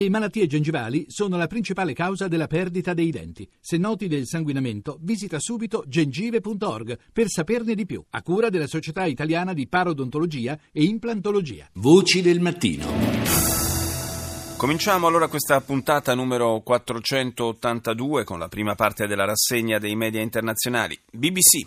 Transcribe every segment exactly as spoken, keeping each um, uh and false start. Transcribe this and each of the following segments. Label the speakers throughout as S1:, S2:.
S1: Le malattie gengivali sono la principale causa della perdita dei denti. Se noti del sanguinamento, visita subito gengive punto org per saperne di più, a cura della Società Italiana di Parodontologia e Implantologia.
S2: Voci del mattino.
S3: Cominciamo allora questa puntata numero quattrocentottantadue con la prima parte della rassegna dei media internazionali. B B C.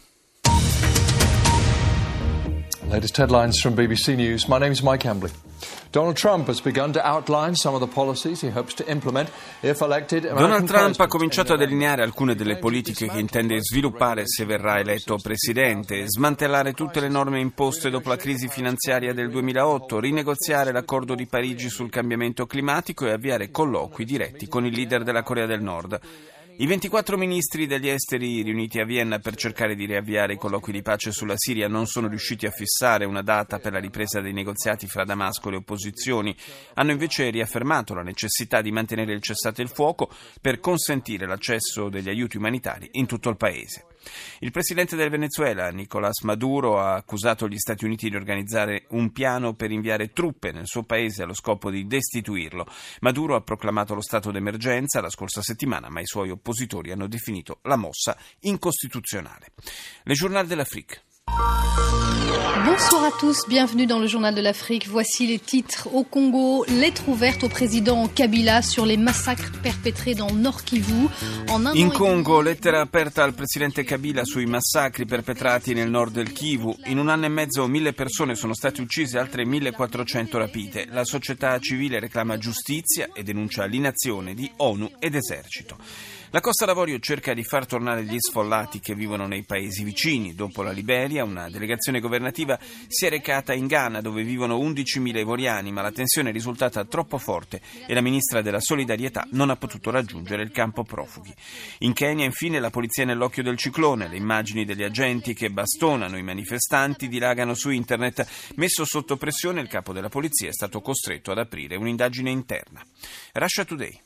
S4: Latest headlines from B B C News. My name is Mike Hambley. Donald Trump has begun to outline some of the policies he hopes to implement if elected.
S3: Donald Trump ha cominciato a delineare alcune delle politiche che intende sviluppare se verrà eletto presidente: smantellare tutte le norme imposte dopo la crisi finanziaria del duemilaotto, rinegoziare l'accordo di Parigi sul cambiamento climatico e avviare colloqui diretti con il leader della Corea del Nord. I ventiquattro ministri degli esteri riuniti a Vienna per cercare di riavviare i colloqui di pace sulla Siria non sono riusciti a fissare una data per la ripresa dei negoziati fra Damasco e le opposizioni. Hanno invece riaffermato la necessità di mantenere il cessate il fuoco per consentire l'accesso degli aiuti umanitari in tutto il paese. Il presidente del Venezuela, Nicolás Maduro, ha accusato gli Stati Uniti di organizzare un piano per inviare truppe nel suo paese allo scopo di destituirlo. Maduro ha proclamato lo stato d'emergenza la scorsa settimana, ma i suoi oppositori hanno definito la mossa incostituzionale. Le Journal de l'Afrique.
S5: Bonsoir à tous, bienvenue dans le Journal de l'Afrique. Voici les titres. Au Congo, lettre ouverte au président Kabila sur les massacres perpétrés dans Nord Kivu.
S3: In Congo, lettera aperta al presidente Kabila sui massacri perpetrati nel nord del Kivu. In un anno e mezzo mille persone sono state uccise, altre millequattrocento rapite. La società civile reclama giustizia e denuncia l'inazione di ONU ed esercito. La Costa d'Avorio cerca di far tornare gli sfollati che vivono nei paesi vicini. Dopo la Liberia, una delegazione governativa si è recata in Ghana, dove vivono undicimila ivoriani, ma la tensione è risultata troppo forte e la ministra della Solidarietà non ha potuto raggiungere il campo profughi. In Kenya, infine, la polizia è nell'occhio del ciclone. Le immagini degli agenti che bastonano i manifestanti dilagano su internet. Messo sotto pressione, il capo della polizia è stato costretto ad aprire un'indagine interna. Russia Today.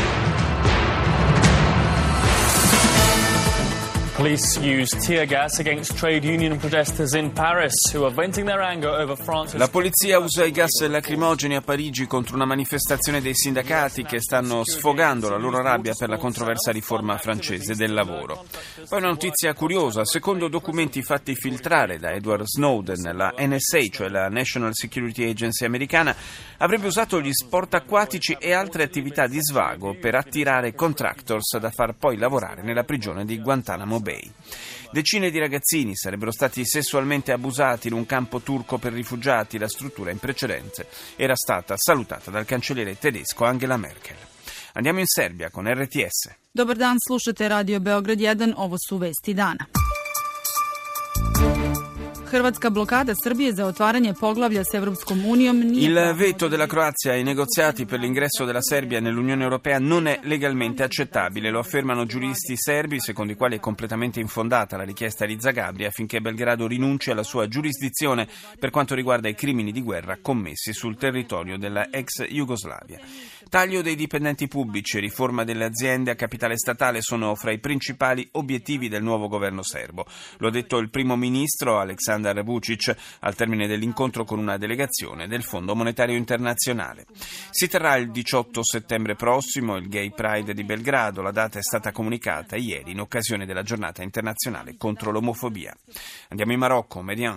S6: Police used tear gas against trade union protesters in Paris who are venting their anger over France's...
S3: La polizia usa i gas lacrimogeni a Parigi contro una manifestazione dei sindacati che stanno sfogando la loro rabbia per la controversa riforma francese del lavoro. Poi una notizia curiosa: secondo documenti fatti filtrare da Edward Snowden, la N S A, cioè la National Security Agency americana, avrebbe usato gli sport acquatici e altre attività di svago per attirare contractors da far poi lavorare nella prigione di Guantanamo Bay. Decine di ragazzini sarebbero stati sessualmente abusati in un campo turco per rifugiati. La struttura in precedenza era stata salutata dal cancelliere tedesco Angela Merkel. Andiamo in Serbia con R T S.
S7: Dobar dan, slušate Radio Beograd jedan, ovo su vesti dana. Hrvatska blokada Srbije za otvaranje poglavlja s Evropskom unijom nije...
S3: Il veto della Croazia ai negoziati per l'ingresso della Serbia nell'Unione Europea non è legalmente accettabile, lo affermano giuristi serbi, secondo i quali è completamente infondata la richiesta di Zagabria affinché Belgrado rinunci alla sua giurisdizione per quanto riguarda i crimini di guerra commessi sul territorio della ex Jugoslavia. Taglio dei dipendenti pubblici e riforma delle aziende a capitale statale sono fra i principali obiettivi del nuovo governo serbo. Lo ha detto il primo ministro Aleksandar Vučić al termine dell'incontro con una delegazione del Fondo Monetario Internazionale. Si terrà il diciotto settembre prossimo il Gay Pride di Belgrado. La data è stata comunicata ieri in occasione della giornata internazionale contro l'omofobia. Andiamo in Marocco, Median.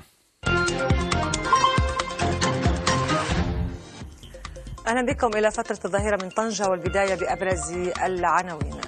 S8: أهلا بكم إلى فترة الظهيرة من طنجة والبداية بأبرز العناوين.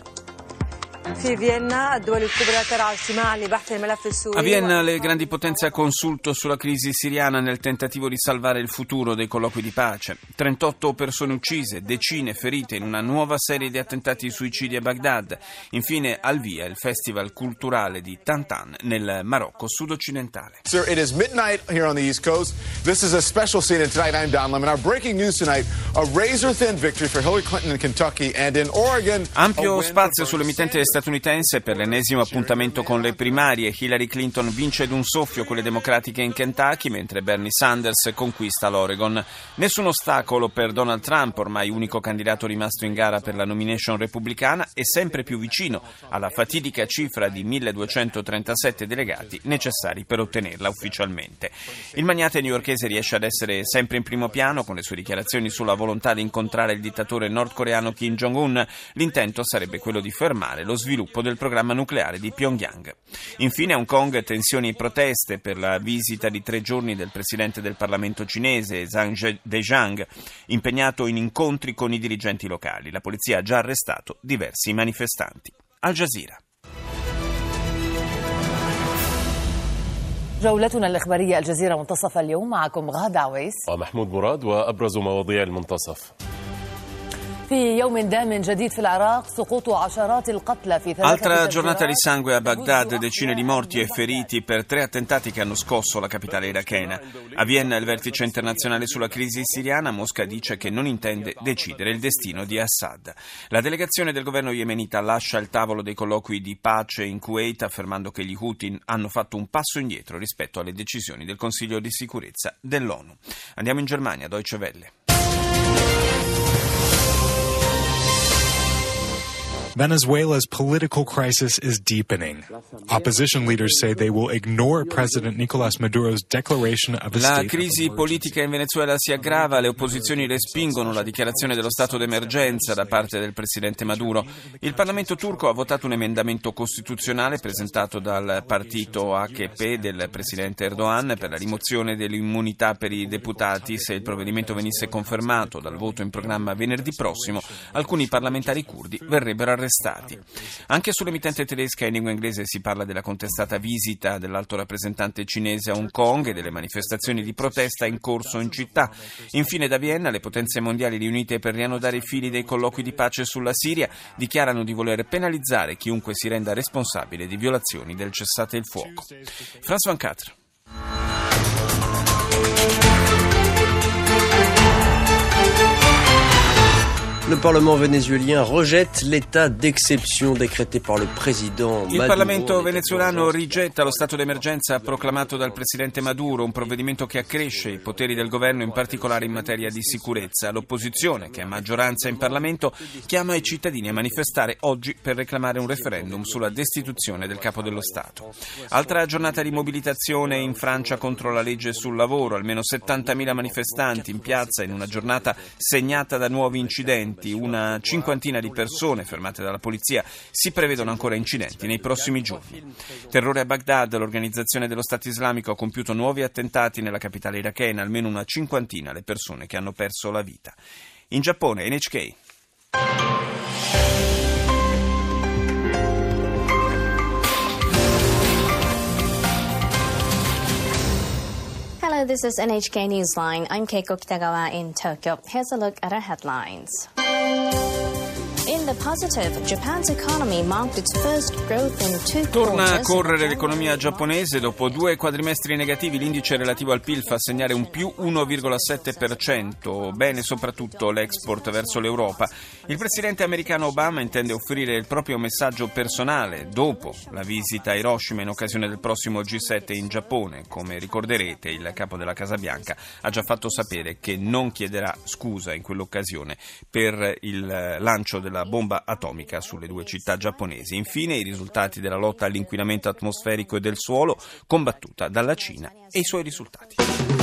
S3: A Vienna le grandi potenze a consulto sulla crisi siriana nel tentativo di salvare il futuro dei colloqui di pace. trentotto persone uccise, decine ferite in una nuova serie di attentati di suicidi a Baghdad. Infine al via il festival culturale di Tantan nel Marocco sud-occidentale.
S9: Sir, it is midnight here on the East Coast. This is a special scene and tonight I'm Don Lemon. Our breaking news tonight, a razor-thin victory for Hillary Clinton in Kentucky and in Oregon.
S3: Ampio spazio sull'emittente statunitense per l'ennesimo appuntamento con le primarie. Hillary Clinton vince d'un soffio con le democratiche in Kentucky, mentre Bernie Sanders conquista l'Oregon. Nessun ostacolo per Donald Trump, ormai unico candidato rimasto in gara per la nomination repubblicana e sempre più vicino alla fatidica cifra di milleduecentotrentasette delegati necessari per ottenerla ufficialmente. Il magnate newyorkese riesce ad essere sempre in primo piano con le sue dichiarazioni sulla volontà di incontrare il dittatore nordcoreano Kim Jong-un. L'intento sarebbe quello di fermare lo sviluppo del programma nucleare di Pyongyang. Infine a Hong Kong tensioni e proteste per la visita di tre giorni del presidente del Parlamento cinese Zhang Dejiang, impegnato in incontri con i dirigenti locali. La polizia ha già arrestato diversi manifestanti. Al Jazeera.
S2: جولتنا الإخبارية الجزيرة منتصف اليوم معكم غادة عويس
S10: ومحمود مراد وأبرز مواضيع المنتصف.
S3: Altra giornata di sangue a Baghdad, decine di morti e feriti per tre attentati che hanno scosso la capitale irachena. A Vienna il vertice internazionale sulla crisi siriana, Mosca dice che non intende decidere il destino di Assad. La delegazione del governo yemenita lascia il tavolo dei colloqui di pace in Kuwait affermando che gli Houthi hanno fatto un passo indietro rispetto alle decisioni del Consiglio di sicurezza dell'ONU. Andiamo in Germania, Deutsche Welle.
S11: Venezuela's political crisis is deepening. Opposition leaders say they will ignore President Nicolas Maduro's declaration of a state of emergency.
S3: La crisi politica in Venezuela si aggrava, le opposizioni respingono la dichiarazione dello stato d'emergenza da parte del presidente Maduro. Il Parlamento turco ha votato un emendamento costituzionale presentato dal partito A K P del presidente Erdogan per la rimozione dell'immunità per i deputati. Se il provvedimento venisse confermato dal voto in programma venerdì prossimo, alcuni parlamentari curdi verrebbero arrestati. Stati. Anche sull'emittente tedesca in lingua inglese si parla della contestata visita dell'alto rappresentante cinese a Hong Kong e delle manifestazioni di protesta in corso in città. Infine da Vienna le potenze mondiali riunite per riannodare i fili dei colloqui di pace sulla Siria dichiarano di voler penalizzare chiunque si renda responsabile di violazioni del cessate il fuoco. Frans van Catre.
S12: Le Parlement vénézuélien rejette l'état d'exception décrété par le président Maduro.
S3: Il Parlamento venezuelano rigetta lo stato d'emergenza proclamato dal presidente Maduro, un provvedimento che accresce i poteri del governo, in particolare in materia di sicurezza. L'opposizione, che è maggioranza in Parlamento, chiama i cittadini a manifestare oggi per reclamare un referendum sulla destituzione del capo dello Stato. Altra giornata di mobilitazione in Francia contro la legge sul lavoro, almeno settantamila manifestanti in piazza in una giornata segnata da nuovi incidenti. Una cinquantina di persone fermate dalla polizia. Si prevedono ancora incidenti nei prossimi giorni. Terrore a Baghdad, l'organizzazione dello Stato Islamico ha compiuto nuovi attentati nella capitale irachena, almeno una cinquantina le persone che hanno perso la vita. In Giappone, N H K.
S13: Hello, this is N H K Newsline. I'm Keiko Kitagawa in Tokyo. Here's a look at our headlines. In the positive, Japan's economy marked its first growth in two quarters.
S3: Torna a correre l'economia giapponese. Dopo due quadrimestri negativi, l'indice relativo al P I L fa segnare un più uno virgola sette per cento. Bene soprattutto l'export verso l'Europa. Il presidente americano Obama intende offrire il proprio messaggio personale dopo la visita a Hiroshima in occasione del prossimo G sette in Giappone. Come ricorderete, il capo della Casa Bianca ha già fatto sapere che non chiederà scusa in quell'occasione per il lancio della bomba atomica sulle due città giapponesi. Infine i risultati della lotta all'inquinamento atmosferico e del suolo combattuta dalla Cina e i suoi risultati.